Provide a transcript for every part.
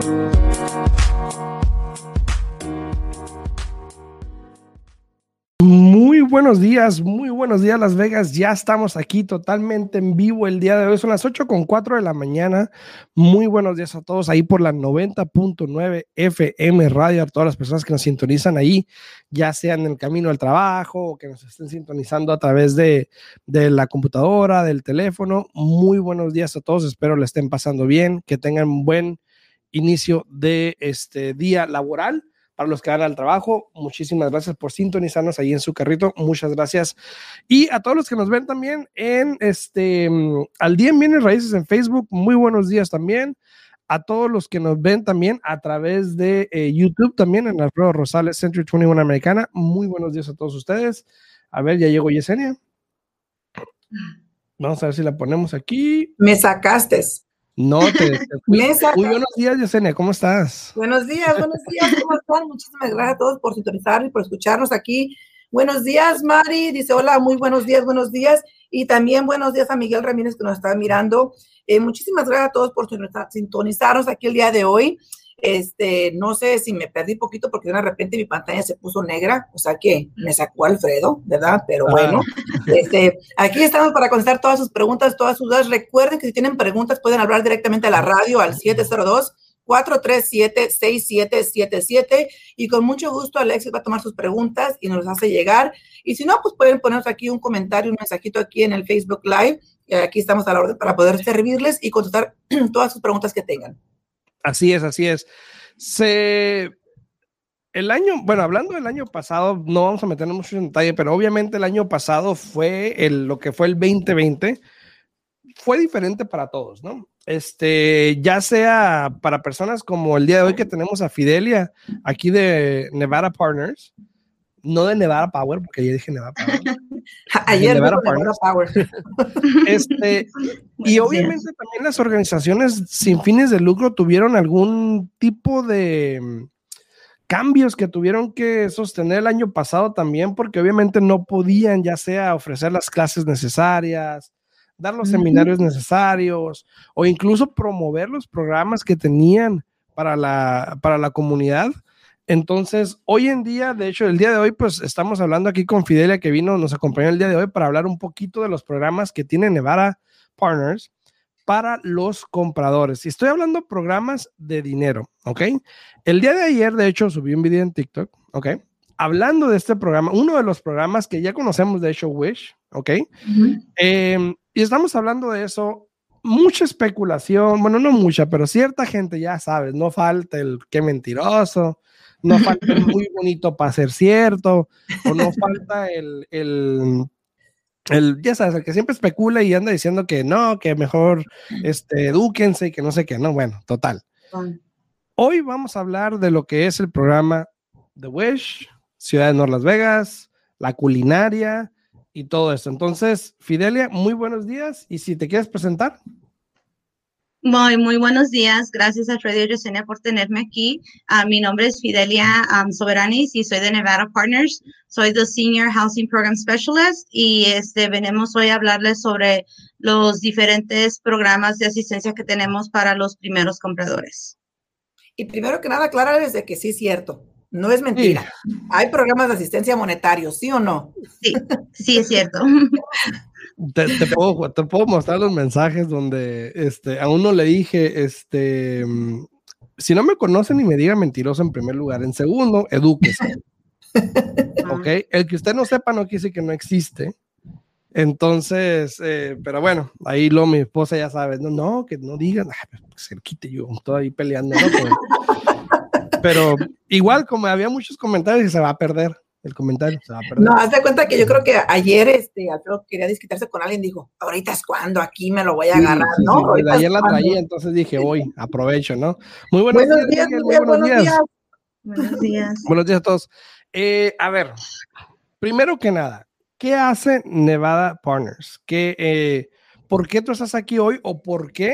Muy buenos días Las Vegas, ya estamos aquí totalmente en vivo el día de hoy, son las 8:04 de la mañana, muy buenos días a todos ahí por la 90.9 FM Radio, a todas las personas que nos sintonizan ahí, ya sean en el camino al trabajo o que nos estén sintonizando a través de la computadora, del teléfono, muy buenos días a todos, espero le estén pasando bien, que tengan un buen inicio de este día laboral. Para los que van al trabajo, muchísimas gracias por sintonizarnos ahí en su carrito, muchas gracias. Y a todos los que nos ven también en Al Día en Bienes Raíces en Facebook, muy buenos días también. A todos los que nos ven también a través de YouTube también en Alfredo Rosales Century 21 Americana, muy buenos días a todos ustedes. A ver, ya llegó Yesenia. Vamos a ver si la ponemos aquí. Me sacaste. No, muy buenos días, Yesenia, ¿cómo estás? Buenos días, ¿cómo están? Muchísimas gracias a todos por sintonizar y por escucharnos aquí. Buenos días, Mari, dice hola, muy buenos días, y también buenos días a Miguel Ramírez que nos está mirando. Muchísimas gracias a todos por sintonizarnos aquí el día de hoy. No sé si me perdí poquito porque de repente mi pantalla se puso negra, o sea que me sacó Alfredo, ¿verdad? Pero bueno, aquí estamos para contestar todas sus preguntas, todas sus dudas. Recuerden que si tienen preguntas pueden hablar directamente a la radio al 702-437-6777 y con mucho gusto Alexis va a tomar sus preguntas y nos las hace llegar. Y si no, pues pueden ponernos aquí un comentario, un mensajito aquí en el Facebook Live. Aquí estamos a la orden para poder servirles y contestar todas sus preguntas que tengan. Así es. Hablando del año pasado, no vamos a meternos mucho en detalle, pero obviamente el año pasado fue lo que fue el 2020, fue diferente para todos, ¿no? Ya sea para personas como el día de hoy que tenemos a Fidelia, aquí de Nevada Partners, no de Nevada Power, porque ya dije Nevada Power. Ayer Nevada Power. Y obviamente también las organizaciones sin fines de lucro tuvieron algún tipo de cambios que tuvieron que sostener el año pasado también, porque obviamente no podían ya sea ofrecer las clases necesarias, dar los seminarios necesarios o incluso promover los programas que tenían para la comunidad. Entonces, hoy en día, de hecho, el día de hoy, pues estamos hablando aquí con Fidelia, que nos acompañó el día de hoy para hablar un poquito de los programas que tiene Nevada Partners para los compradores. Y estoy hablando programas de dinero, ¿ok? El día de ayer, de hecho, subí un video en TikTok, ¿ok? Hablando de este programa, uno de los programas que ya conocemos, de hecho, Wish, ¿ok? Y estamos hablando de eso. Mucha especulación, bueno, no mucha, pero cierta gente, ya sabes, no falta el qué mentiroso, no falta el muy bonito para ser cierto, o no falta ya sabes, el que siempre especula y anda diciendo que no, que mejor edúquense y que no sé qué, no, bueno, total. Hoy vamos a hablar de lo que es el programa The Wish, Ciudad de North Las Vegas, la culinaria y todo eso. Entonces, Fidelia, muy buenos días y si te quieres presentar. Muy buenos días. Gracias a Alfredo y Yesenia por tenerme aquí. Mi nombre es Fidelia Soberanis y soy de Nevada Partners. Soy the Senior Housing Program Specialist y venimos hoy a hablarles sobre los diferentes programas de asistencia que tenemos para los primeros compradores. Y primero que nada, aclararles de que sí es cierto. No es mentira. Sí. Hay programas de asistencia monetarios, ¿sí o no? Sí es cierto. Te puedo mostrar los mensajes donde a uno le dije, si no me conocen ni me diga mentiroso en primer lugar, en segundo, edúquese. ¿Ok? El que usted no sepa no quiere decir que no existe. Entonces, pero bueno, ahí mi esposa ya sabe, no, que no digan, se le quite yo, estoy ahí peleando, ¿no? Pero igual, como había muchos comentarios, se va a perder. El comentario se va a perder. No, haz de cuenta que yo creo que ayer Alfredo quería desquitarse con alguien, dijo, ahorita es cuando, aquí me lo voy a agarrar, ¿no? Sí, ayer la traía, entonces dije, hoy, aprovecho, ¿no? Muy buenos días, Miguel, muy buenos días. Buenos días. Buenos días a todos. A ver, primero que nada, ¿qué hace Nevada Partners? ¿Por qué tú estás aquí hoy o por qué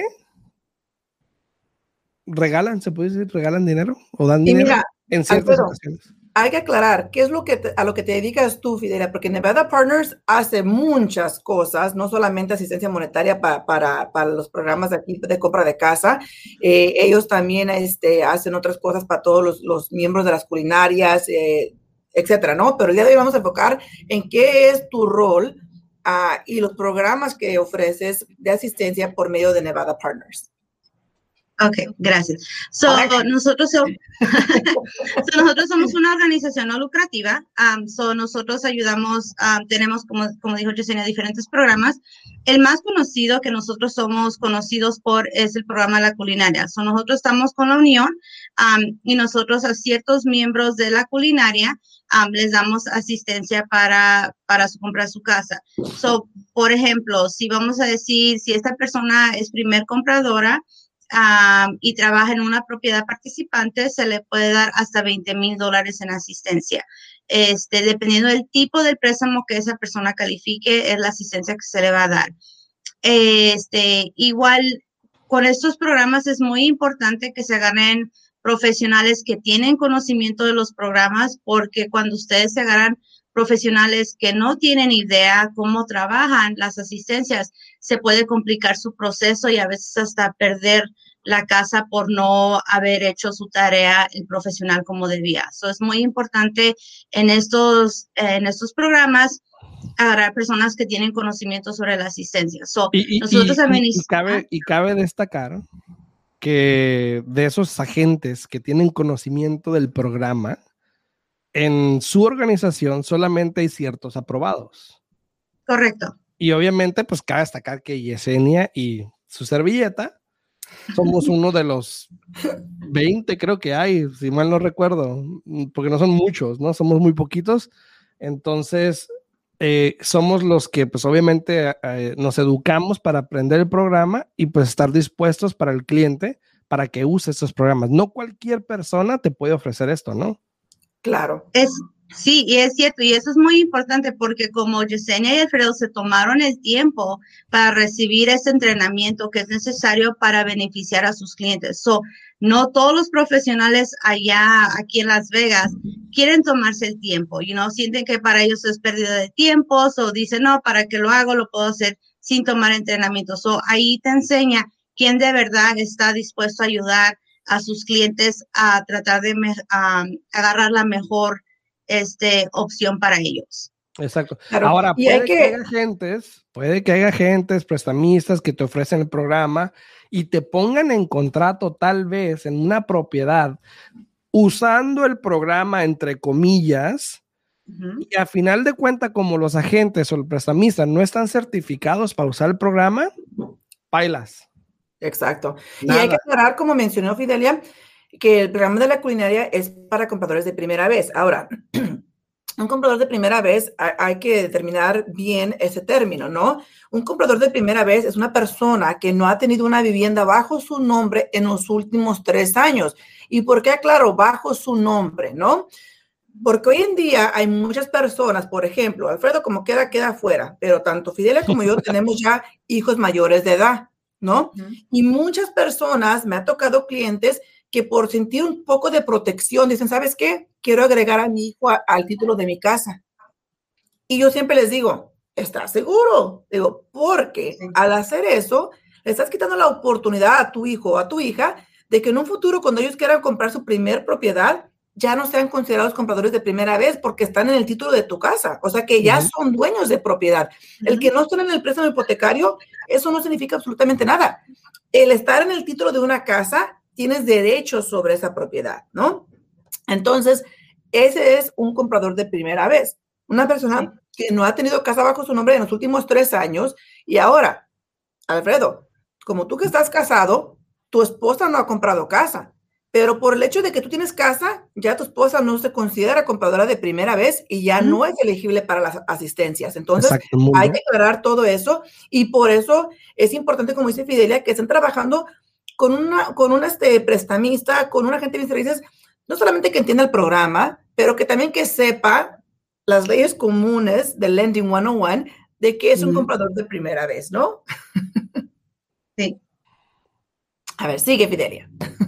regalan, se puede decir, regalan dinero o dan dinero mira, en ciertas Alfredo, ocasiones? hay que aclarar qué es a lo que te dedicas tú, Fidelia, porque Nevada Partners hace muchas cosas, no solamente asistencia monetaria para los programas de aquí de compra de casa. Ellos también hacen otras cosas para todos los miembros de las culinarias, etcétera, ¿no? Pero el día de hoy vamos a enfocar en qué es tu rol y los programas que ofreces de asistencia por medio de Nevada Partners. Ok, gracias. Nosotros somos una organización no lucrativa. Nosotros ayudamos, tenemos, como dijo Yesenia, diferentes programas. El más conocido que nosotros somos conocidos por es el programa de la culinaria. Nosotros estamos con la unión y nosotros a ciertos miembros de la culinaria les damos asistencia para comprar su casa. Por ejemplo, si vamos a decir, si esta persona es primer compradora, y trabaja en una propiedad participante, se le puede dar hasta $20,000 en asistencia. Dependiendo del tipo del préstamo que esa persona califique, es la asistencia que se le va a dar. Igual, con estos programas es muy importante que se agarren profesionales que tienen conocimiento de los programas, porque cuando ustedes se agarran profesionales que no tienen idea cómo trabajan las asistencias, se puede complicar su proceso y a veces hasta perder la casa por no haber hecho su tarea el profesional como debía. Es muy importante en estos programas agarrar personas que tienen conocimiento sobre la asistencia. Cabe destacar que de esos agentes que tienen conocimiento del programa, en su organización solamente hay ciertos aprobados. Correcto. Y obviamente, pues cabe destacar que Yesenia y su servilleta somos uno de los 20, creo que hay, si mal no recuerdo, porque no son muchos, ¿no? Somos muy poquitos. Entonces, somos los que, pues obviamente, nos educamos para aprender el programa y pues estar dispuestos para el cliente para que use estos programas. No cualquier persona te puede ofrecer esto, ¿no? Claro. Sí, y es cierto, y eso es muy importante porque como Yesenia y Alfredo se tomaron el tiempo para recibir ese entrenamiento que es necesario para beneficiar a sus clientes. No todos los profesionales aquí en Las Vegas quieren tomarse el tiempo, sienten que para ellos es pérdida de tiempo, o dicen, no, ¿para qué lo hago? Lo puedo hacer sin tomar entrenamiento. Ahí te enseña quién de verdad está dispuesto a ayudar a sus clientes a tratar de agarrar la mejor opción para ellos. Exacto. Claro. Ahora, puede que haya agentes, prestamistas que te ofrecen el programa y te pongan en contrato tal vez en una propiedad usando el programa entre comillas, y a final de cuentas, como los agentes o el prestamista no están certificados para usar el programa, bailas. Exacto. Nada. Y hay que aclarar, como mencionó Fidelia, que el programa de la culinaria es para compradores de primera vez. Ahora, un comprador de primera vez, hay que determinar bien ese término, ¿no? Un comprador de primera vez es una persona que no ha tenido una vivienda bajo su nombre en los últimos 3 años. ¿Y por qué aclaro bajo su nombre, no? Porque hoy en día hay muchas personas, por ejemplo, Alfredo como queda fuera, pero tanto Fidelia como yo tenemos ya hijos mayores de edad, ¿no? Y muchas personas, me ha tocado clientes que por sentir un poco de protección dicen, ¿sabes qué? Quiero agregar a mi hijo al título de mi casa. Y yo siempre les digo, ¿estás seguro? Digo, porque al hacer eso, le estás quitando la oportunidad a tu hijo o a tu hija de que en un futuro, cuando ellos quieran comprar su primer propiedad, ya no sean considerados compradores de primera vez porque están en el título de tu casa. O sea, que ya son dueños de propiedad. El que no estén en el préstamo hipotecario, eso no significa absolutamente nada. El estar en el título de una casa, tienes derechos sobre esa propiedad, ¿no? Entonces, ese es un comprador de primera vez. Una persona que no ha tenido casa bajo su nombre en los últimos 3 años. Y ahora, Alfredo, como tú que estás casado, tu esposa no ha comprado casa. Pero por el hecho de que tú tienes casa, ya tu esposa no se considera compradora de primera vez y ya no es elegible para las asistencias. Entonces, hay que aclarar todo eso. Y por eso es importante, como dice Fidelia, que estén trabajando con un prestamista, con un agente de servicios, no solamente que entienda el programa, pero que también que sepa las leyes comunes del Lending 101 de que es un comprador de primera vez, ¿no? Sí. A ver, sigue, Fidelia.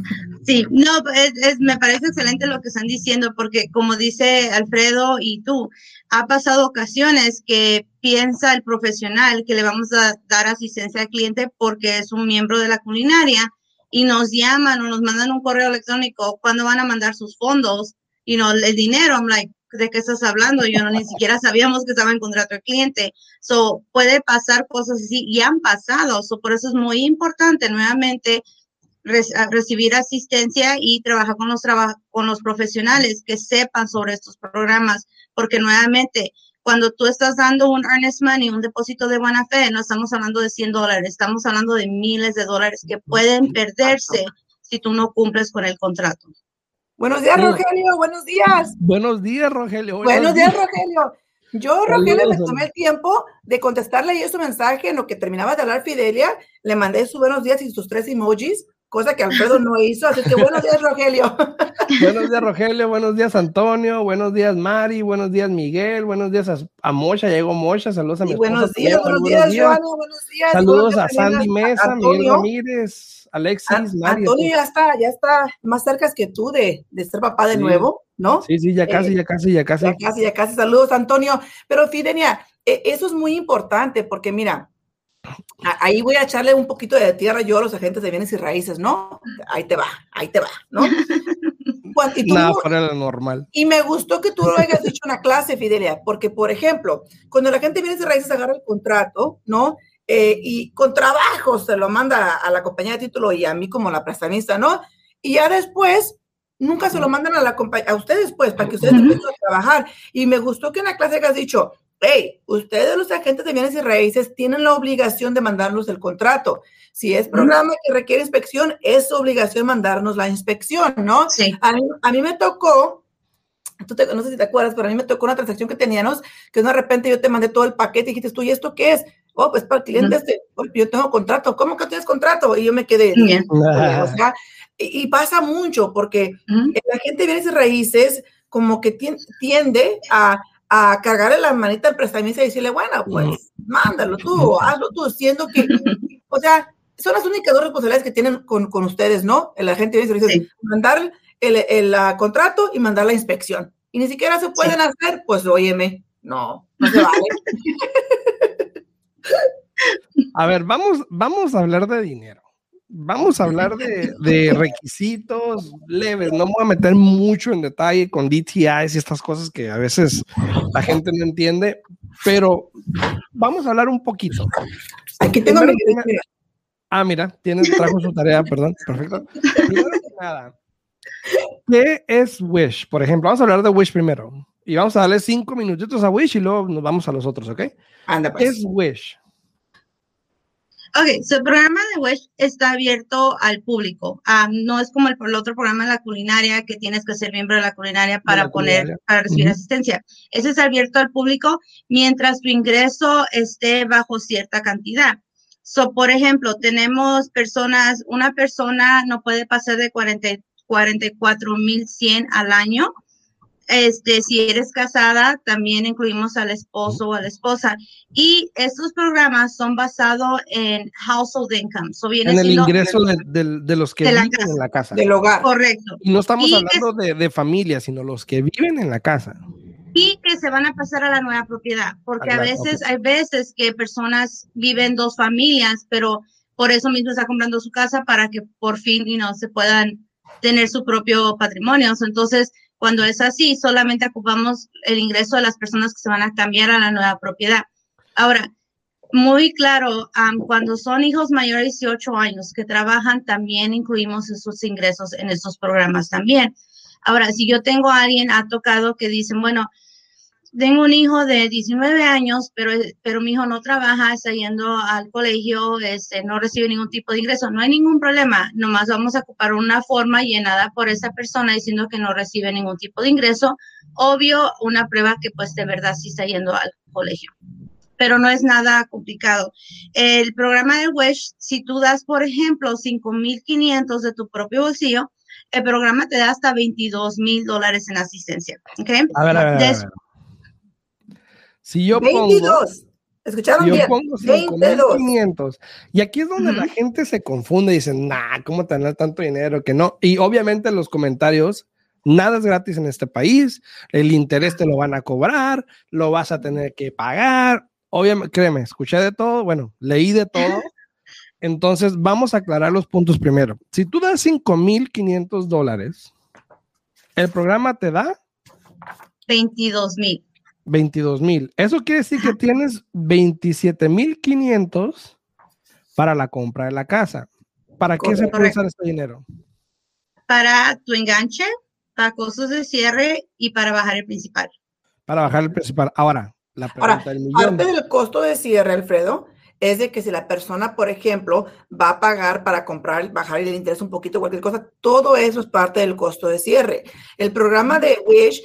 Sí, no, me parece excelente lo que están diciendo, porque como dice Alfredo y tú, ha pasado ocasiones que piensa el profesional que le vamos a dar asistencia al cliente porque es un miembro de la culinaria y nos llaman o nos mandan un correo electrónico cuando van a mandar sus fondos y el dinero. I'm like, ¿de qué estás hablando? Yo ni siquiera sabíamos que estaba en contrato el cliente. So, puede pasar cosas así y han pasado. So, por eso es muy importante nuevamente recibir asistencia y trabajar con los profesionales que sepan sobre estos programas, porque nuevamente, cuando tú estás dando un earnest money, un depósito de buena fe, no estamos hablando de $100, estamos hablando de miles de dólares que pueden perderse si tú no cumples con el contrato. Buenos días, Rogelio, buenos días. Buenos días, Rogelio. Buenos días, Rogelio. Yo, Rogelio, me tomé el tiempo de contestarle ahí su mensaje en lo que terminaba de hablar Fidelia, le mandé sus buenos días y sus 3 emojis, cosa que Alfredo no hizo, así que buenos días, Rogelio. Buenos días, Rogelio, buenos días, Antonio, buenos días, Mari, buenos días, Miguel, buenos días a Mocha, llegó Mocha, saludos a mi esposa. Buenos días, Joana, buenos días. Saludos a Sandy Mesa, Miguel Ramírez, Alexis, Mari. Antonio ya está más cerca que tú de ser papá de nuevo, ¿no? Sí, ya casi. Ya casi, saludos, Antonio. Pero Fidelia, eso es muy importante porque mira, ahí voy a echarle un poquito de tierra yo a los agentes de bienes y raíces, ¿no? Ahí te va, ¿no? Nada fuera de lo normal. Y me gustó que tú lo hayas dicho en la clase, Fidelia, porque, por ejemplo, cuando la gente de bienes y raíces agarra el contrato, ¿no? Y con trabajo se lo manda a la compañía de título y a mí como la prestamista, ¿no? Y ya después nunca se lo mandan a ustedes, pues, para que ustedes empiecen a trabajar. Y me gustó que en la clase hayas dicho, hey, ustedes los agentes de bienes y raíces tienen la obligación de mandarnos el contrato. Si es programa que requiere inspección, es su obligación mandarnos la inspección, ¿no? Sí. A mí me tocó, no sé si te acuerdas, pero a mí me tocó una transacción que teníamos, que de repente yo te mandé todo el paquete y dijiste tú, ¿y esto qué es? Oh, pues para el cliente yo tengo contrato. ¿Cómo que tienes contrato? Y yo me quedé. O sea, y pasa mucho porque la gente de bienes y raíces como que tiende a cargarle la manita al prestamista y decirle, bueno, pues mándalo tú, hazlo tú, siendo que, o sea, son las únicas dos responsabilidades que tienen con ustedes, ¿no? El agente de bienes y raíces, mandar el contrato y mandar la inspección. Y ni siquiera se pueden hacer, pues óyeme, no se vale. A ver, vamos a hablar de dinero. Vamos a hablar de requisitos leves. No me voy a meter mucho en detalle con DTIs y estas cosas que a veces la gente no entiende, pero vamos a hablar un poquito. Aquí tengo mi... mira, trajo su tarea, perdón, perfecto. Primero que nada, ¿qué es Wish? Por ejemplo, vamos a hablar de Wish primero y vamos a darle 5 minutitos a Wish y luego nos vamos a los otros, ¿ok? Anda, pues. ¿Qué es Wish? Ok, el programa de Wish está abierto al público. No es como el otro programa de la culinaria que tienes que ser miembro de la culinaria para recibir asistencia. Ese es abierto al público mientras tu ingreso esté bajo cierta cantidad. Por ejemplo, tenemos una persona no puede pasar de 44,100 al año. Si eres casada, también incluimos al esposo o a la esposa. Y estos programas son basados en household income. En el ingreso de los que viven en la casa. Del hogar. Correcto. Y no estamos hablando de familia, sino los que viven en la casa. Y que se van a pasar a la nueva propiedad. Porque hay veces que personas viven 2 familias, pero por eso mismo está comprando su casa para que por fin se puedan tener su propio patrimonio. Entonces, cuando es así, solamente ocupamos el ingreso de las personas que se van a cambiar a la nueva propiedad. Ahora, muy claro, cuando son hijos mayores de 18 años que trabajan, también incluimos esos ingresos en estos programas también. Ahora, si yo tengo a alguien, ha tocado que dicen, bueno, tengo un hijo de 19 años, pero mi hijo no trabaja, está yendo al colegio, no recibe ningún tipo de ingreso. No hay ningún problema, nomás vamos a ocupar una forma llenada por esa persona diciendo que no recibe ningún tipo de ingreso. Obvio, una prueba que pues de verdad sí está yendo al colegio. Pero no es nada complicado. El programa de Wish, si tú das, por ejemplo, $5,500 de tu propio bolsillo, el programa te da hasta $22,000 en asistencia. ¿Okay? A ver. Si yo 22. Escucharon Yo bien. pongo 22. 5,500. Y aquí es donde la gente se confunde y dicen, nah, ¿cómo tener tanto dinero? Que no. Y obviamente en los comentarios, nada es gratis en este país. El interés te lo van a cobrar, lo vas a tener que pagar. Obviamente, créeme, escuché de todo, bueno, leí de todo. Entonces, vamos a aclarar los puntos primero. Si tú das $5,500, el programa te da 22,000. 22,000. Eso quiere decir que tienes 27,500 para la compra de la casa. ¿Para qué se puede usar este dinero? Para tu enganche, para costos de cierre y para bajar el principal. Para bajar el principal. Ahora, la pregunta del millón. Parte del costo de cierre, Alfredo, es de que si la persona, por ejemplo, va a pagar para comprar, bajar el interés un poquito, cualquier cosa, todo eso es parte del costo de cierre. El programa de Wish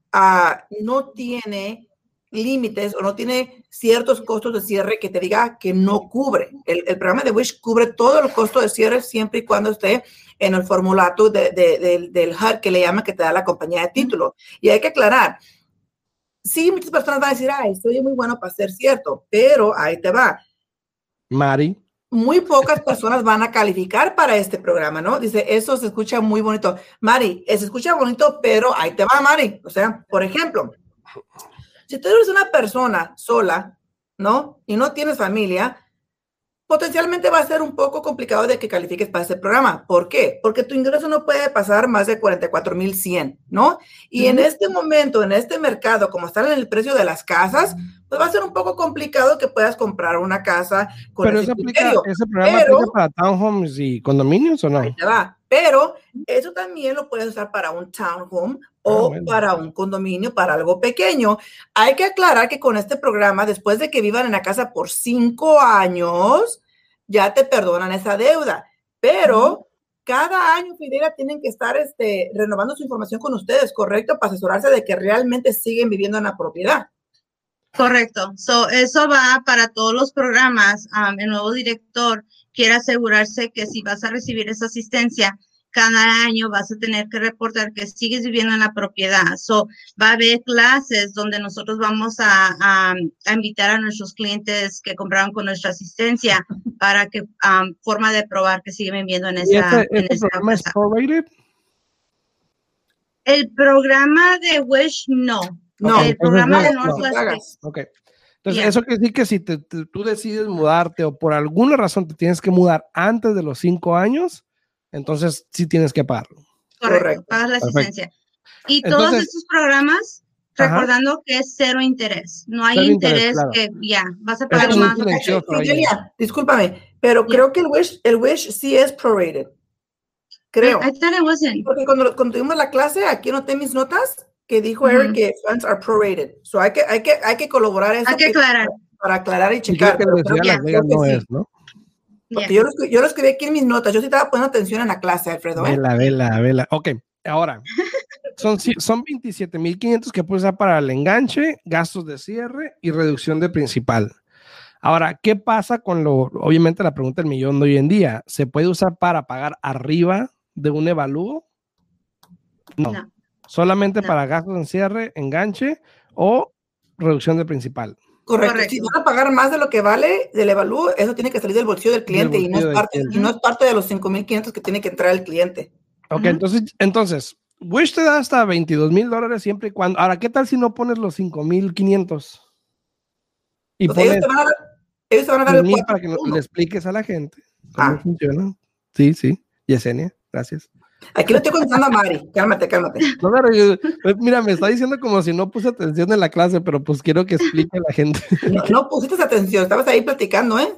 no tiene límites o no tiene ciertos costos de cierre que te diga que no cubre. El programa de Wish cubre todo el costo de cierre siempre y cuando esté en el formulato del HUD que le llama, que te da la compañía de título. Y hay que aclarar, sí, muchas personas van a decir, ay, soy muy bueno para ser cierto, pero ahí te va. Mari. Muy pocas personas van a calificar para este programa, ¿no? Dice, eso se escucha muy bonito. Mari, se escucha bonito, pero ahí te va, Mari. O sea, por ejemplo, si tú eres una persona sola, ¿no? Y no tienes familia, potencialmente va a ser un poco complicado de que califiques para este programa. ¿Por qué? Porque tu ingreso no puede pasar más de 44,100, ¿no? Y en este momento, en este mercado, como están en el precio de las casas, pues va a ser un poco complicado que puedas comprar una casa con Pero ese ese programa aplica para townhomes y condominios, ¿o no? Ahí te va. Pero eso también lo puedes usar para un townhome o para un condominio, para algo pequeño. Hay que aclarar que con este programa, después de que vivan en la casa por 5 años, ya te perdonan esa deuda. Pero cada año, Fidelia, tienen que estar renovando su información con ustedes, ¿correcto? Para asesorarse de que realmente siguen viviendo en la propiedad. Correcto. Eso va para todos los programas. El nuevo director quiere asegurarse que si vas a recibir esa asistencia, cada año vas a tener que reportar que sigues viviendo en la propiedad. Va a haber clases donde nosotros vamos a invitar a nuestros clientes que compraron con nuestra asistencia para que forma de probar que siguen viviendo en esa programa casa. ¿Es prorated? El programa de Wish, no. No, el programa de Northwest. Okay. Entonces, eso quiere decir que si tú decides mudarte o por alguna razón te tienes que mudar antes de los 5 años, entonces sí tienes que pagarlo. Correcto. Pagas la asistencia. Y entonces, todos estos programas, recordando que es cero interés. No hay interés, claro. Que ya, vas a pagar más. Discúlpame, pero creo que el Wish sí es prorated. Creo. I thought it wasn't. Porque cuando tuvimos la clase, aquí anoté mis notas, que dijo Eric que funds are prorated. So hay que colaborar eso. Hay que aclarar. Para aclarar y checar. Que no es, ¿no? Porque yo lo escribí aquí en mis notas. Yo sí estaba poniendo atención en la clase, Alfredo. Vela. Ok, ahora, son 27,500 que puedes usar para el enganche, gastos de cierre y reducción de principal. Ahora, ¿qué pasa con obviamente la pregunta del millón de hoy en día? ¿Se puede usar para pagar arriba de un evalúo? No. Solamente para gastos en cierre, enganche o reducción de principal. Correcto. Si van a pagar más de lo que vale del evalúo, eso tiene que salir del bolsillo del cliente y no es parte de los 5,500 que tiene que entrar el cliente. Ok, entonces, Wish te da hasta $22,000 siempre y cuando. Ahora, ¿qué tal si no pones los 5,500? Y pues pones ellos te van a dar el 4 para que le expliques a la gente cómo funciona. Sí, Yesenia, gracias. Aquí lo estoy contando a Mari. Cálmate. No, pero mira, me está diciendo como si no puse atención en la clase, pero pues quiero que explique a la gente. No pusiste atención, estabas ahí platicando, ¿eh?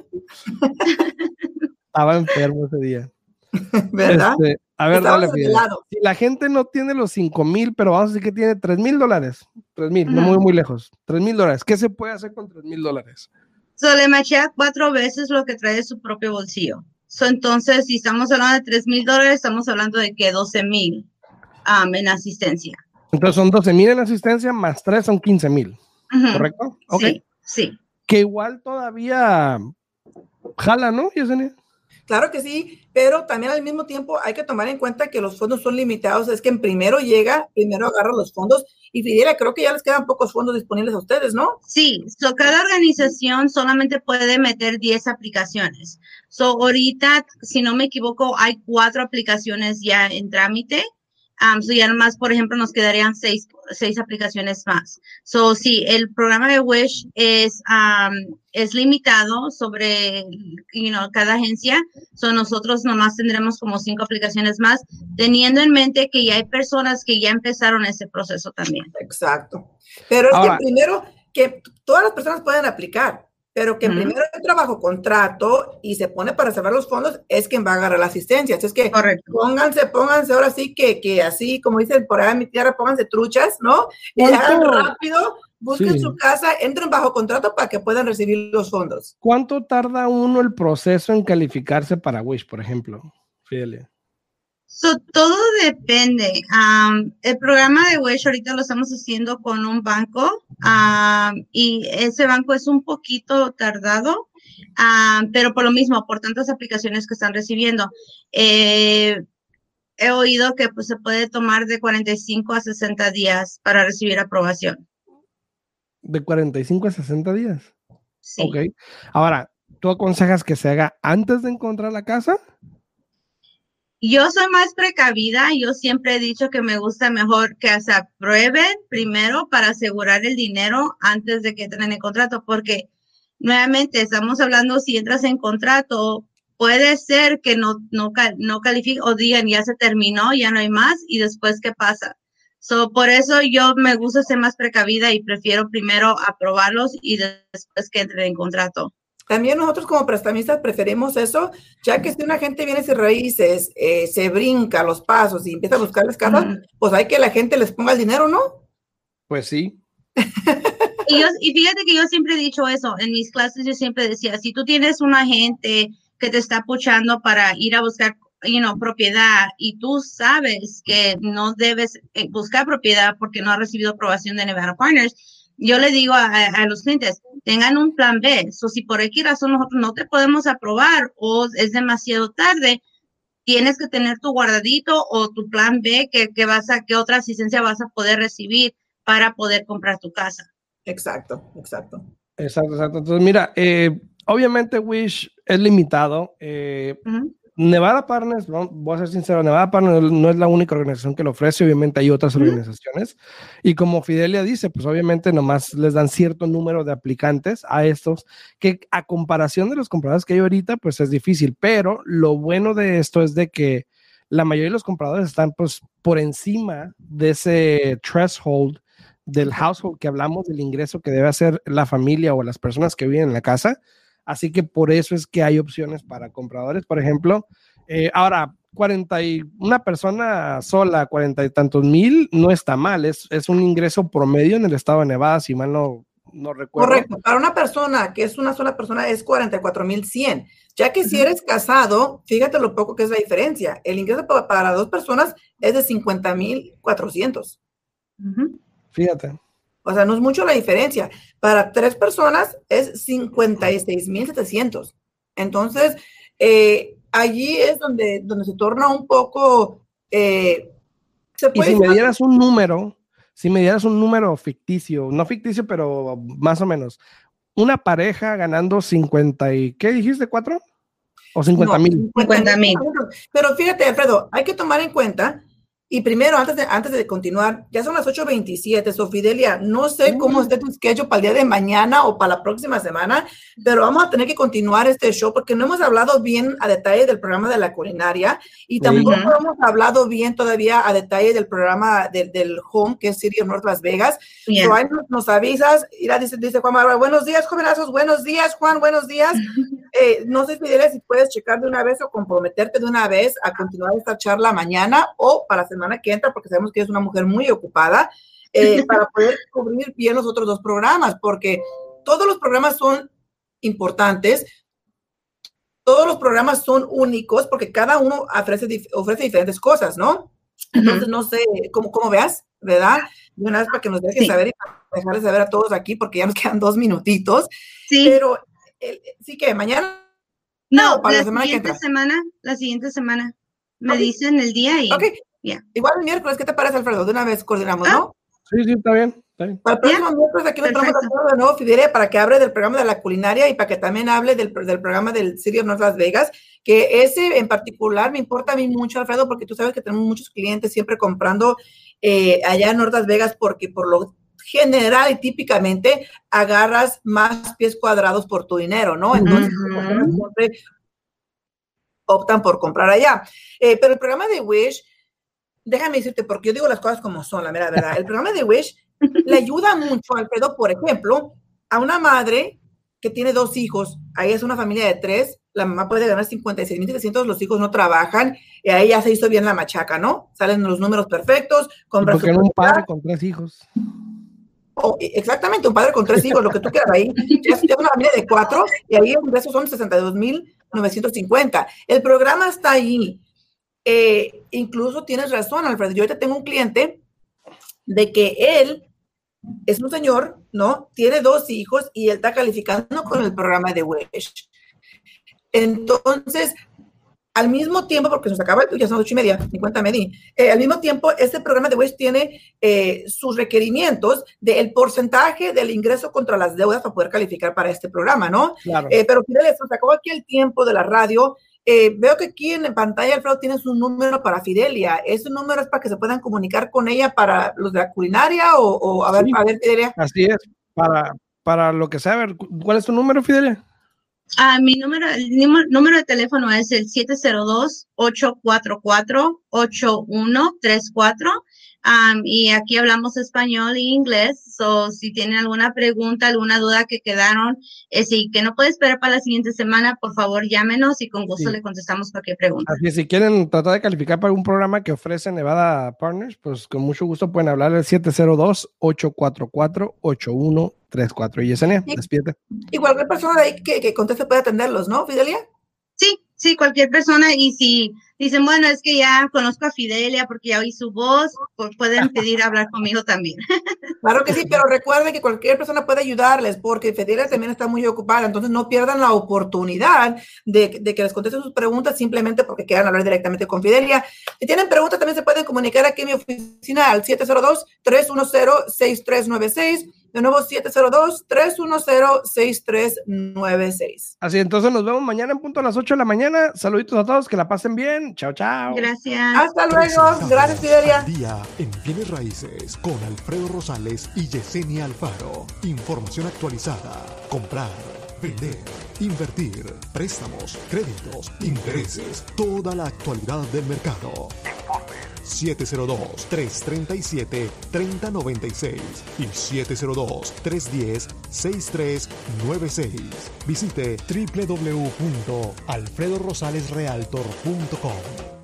Estaba enfermo ese día. ¿Verdad? A ver, dale, Fidel. Si la gente no tiene los 5,000, pero vamos a decir que tiene $3,000, 3,000, no muy lejos, $3,000, ¿qué se puede hacer con $3,000? Le machea 4 veces lo que trae de su propio bolsillo. Entonces, si estamos hablando de $3,000, estamos hablando de que 12,000 en asistencia. Entonces son 12,000 en asistencia más 3 son 15,000, ¿correcto? Okay. Sí. Que igual todavía jala, ¿no, Yesenia? Claro que sí, pero también al mismo tiempo hay que tomar en cuenta que los fondos son limitados. Es que primero agarra los fondos y Fidela, creo que ya les quedan pocos fondos disponibles a ustedes, ¿no? Sí, cada organización solamente puede meter 10 aplicaciones. Ahorita, si no me equivoco, hay 4 aplicaciones ya en trámite. Ya nomás, por ejemplo, nos quedarían 6 aplicaciones más. Sí, el programa de WISH es limitado sobre, cada agencia. Nosotros nomás tendremos como 5 aplicaciones más, teniendo en mente que ya hay personas que ya empezaron ese proceso también. Exacto. Pero es que primero, que todas las personas pueden aplicar, pero que primero el trabajo contrato y se pone para reservar los fondos es quien va a agarrar la asistencia. Así es que pónganse ahora sí que así, como dicen por ahí en mi tierra, pónganse truchas, ¿no? Y hagan rápido, busquen su casa, entren bajo contrato para que puedan recibir los fondos. ¿Cuánto tarda uno el proceso en calificarse para WISH, por ejemplo, Fidelia? Todo depende. El programa de WISH ahorita lo estamos haciendo con un banco y ese banco es un poquito tardado, pero por lo mismo, por tantas aplicaciones que están recibiendo. He oído que pues, se puede tomar de 45 a 60 días para recibir aprobación. ¿De 45 a 60 días? Sí. Ok. Ahora, ¿tú aconsejas que se haga antes de encontrar la casa? Yo soy más precavida, yo siempre he dicho que me gusta mejor que se aprueben primero para asegurar el dinero antes de que entren en contrato, porque nuevamente estamos hablando si entras en contrato, puede ser que no califique o digan ya se terminó, ya no hay más y después ¿qué pasa? Por eso yo me gusta ser más precavida y prefiero primero aprobarlos y después que entren en contrato. También nosotros como prestamistas preferimos eso, ya que si una gente viene sin raíces, se brinca los pasos y empieza a buscarles casas, pues hay que la gente les ponga el dinero, ¿no? Pues sí. Y fíjate que yo siempre he dicho eso, en mis clases yo siempre decía, si tú tienes un agente que te está puchando para ir a buscar, propiedad y tú sabes que no debes buscar propiedad porque no has recibido aprobación de Nevada Partners, yo le digo a los clientes, tengan un plan B. Si por X razón nosotros no te podemos aprobar o es demasiado tarde, tienes que tener tu guardadito o tu plan B que otra asistencia vas a poder recibir para poder comprar tu casa. Exacto. Entonces, mira, obviamente WISH es limitado. Nevada Partners, voy a ser sincero, Nevada Partners no es la única organización que lo ofrece, obviamente hay otras organizaciones, y como Fidelia dice, pues obviamente nomás les dan cierto número de aplicantes a estos, que a comparación de los compradores que hay ahorita, pues es difícil, pero lo bueno de esto es de que la mayoría de los compradores están pues por encima de ese threshold del household que hablamos, del ingreso que debe hacer la familia o las personas que viven en la casa. Así que por eso es que hay opciones para compradores, por ejemplo. Ahora, una persona sola, 40 y tantos mil, no está mal. Es un ingreso promedio en el estado de Nevada, si mal no recuerdo. Correcto. Para una persona que es una sola persona es 44,100. Ya que si eres casado, fíjate lo poco que es la diferencia. El ingreso para 2 personas es de 50,400. Fíjate. O sea, no es mucho la diferencia. Para 3 personas es 56,700. Entonces, allí es donde se torna un poco... y si me dieras un número ficticio, no ficticio, pero más o menos, una pareja ganando 50 y... ¿Qué dijiste? ¿4? ¿O 50,000? 50,000. Pero fíjate, Alfredo, hay que tomar en cuenta... Y primero, antes de continuar, ya son las 8:27, Fidelia, no sé cómo esté tu schedule para el día de mañana o para la próxima semana, pero vamos a tener que continuar este show porque no hemos hablado bien a detalle del programa de la culinaria y tampoco hemos hablado bien todavía a detalle del programa del home, que es City of North Las Vegas. So, ahí nos avisas, dice Juan Bárbara, buenos días, jovenazos, buenos días, Juan, buenos días. No sé, Fidelia, si puedes checar de una vez o comprometerte de una vez a continuar esta charla mañana o para la semana que entra, porque sabemos que es una mujer muy ocupada, para poder cubrir bien los otros 2 programas, porque todos los programas son importantes, todos los programas son únicos, porque cada uno ofrece diferentes cosas, ¿no? Entonces, no sé cómo veas, ¿verdad? De una vez para que nos dejes saber y para dejarles saber a todos aquí, porque ya nos quedan 2 minutitos. Sí. Pero sí que mañana No, para la la semana que siguiente entra. semana, la siguiente semana. Me Ok. dicen el día y Ok. ya. Igual el miércoles, ¿qué te parece, Alfredo? De una vez coordinamos, Ah, ¿no? Sí, sí, está bien, está bien. Para el próximo miércoles aquí nos ponemos de perfecto. acuerdo de nuevo, Fidelia, para que hable del programa de la culinaria y para que también hable del programa del City of North Las Vegas, que ese en particular me importa a mí mucho, Alfredo, porque tú sabes que tenemos muchos clientes siempre comprando allá en North Las Vegas, porque por lo general y típicamente agarras más pies cuadrados por tu dinero, ¿no? Entonces, las personas siempre optan por comprar allá. Pero el programa de Wish, déjame decirte, porque yo digo las cosas como son, la mera verdad. El programa de Wish le ayuda mucho, Alfredo, por ejemplo, a una madre que tiene 2 hijos, ahí es una familia de 3, la mamá puede ganar 56,700, los hijos no trabajan, y ahí ya se hizo bien la machaca, ¿no? Salen los números perfectos, ¿Y por qué no un padre con 3 hijos? Exactamente, un padre con 3 hijos, lo que tú quieras ahí. Ya es una familia de 4 y ahí los ingresos son 62,950. El programa está ahí. Incluso tienes razón, Alfredo. Yo ahorita tengo un cliente de que él es un señor, ¿no? Tiene 2 hijos y él está calificando con el programa de Wish. Entonces, al mismo tiempo, porque nos acaba, ya son 8:30, 50 me di, al mismo tiempo, este programa de Wish tiene sus requerimientos del porcentaje del ingreso contra las deudas para poder calificar para este programa, ¿no? Claro. Pero Fidel, se acabó aquí el tiempo de la radio. Veo que aquí en pantalla, Alfredo, tienes un número para Fidelia. ¿Ese número es para que se puedan comunicar con ella para los de la culinaria o a ver, Sí, a ver, Fidelia? así es, para lo que sea. A ver, ¿cuál es tu número, Fidelia? Mi número de teléfono es el 702-844-8134. Y aquí hablamos español e inglés. So, si tienen alguna pregunta, alguna duda que quedaron, y que no puede esperar para la siguiente semana, por favor llámenos y con gusto Sí. le contestamos cualquier pregunta. Así es, si quieren tratar de calificar para un programa que ofrece Nevada Partners, pues con mucho gusto pueden hablar al 702-844-8134. Y Yesenia, despídete. Y cualquier persona de ahí que conteste puede atenderlos, ¿no, Fidelia? Sí, cualquier persona. Y si dicen, bueno, es que ya conozco a Fidelia porque ya oí su voz, pues pueden pedir hablar conmigo también. Claro que sí, pero recuerden que cualquier persona puede ayudarles porque Fidelia también está muy ocupada, entonces no pierdan la oportunidad de que les contesten sus preguntas simplemente porque quieran hablar directamente con Fidelia. Si tienen preguntas, también se pueden comunicar aquí en mi oficina al 702-310-6396. De nuevo, 702-310-6396. Así, entonces nos vemos mañana en punto a las 8 de la mañana. Saluditos a todos, que la pasen bien. Chao, chao. Gracias. Hasta luego. Gracias, Fidelia. Día en Bienes Raíces con Alfredo Rosales y Yesenia Alfaro. Información actualizada. Comprar, vender, invertir, préstamos, créditos, intereses, toda la actualidad del mercado. 702-337-3096 y 702-310-6396. Visite www.alfredorosalesrealtor.com.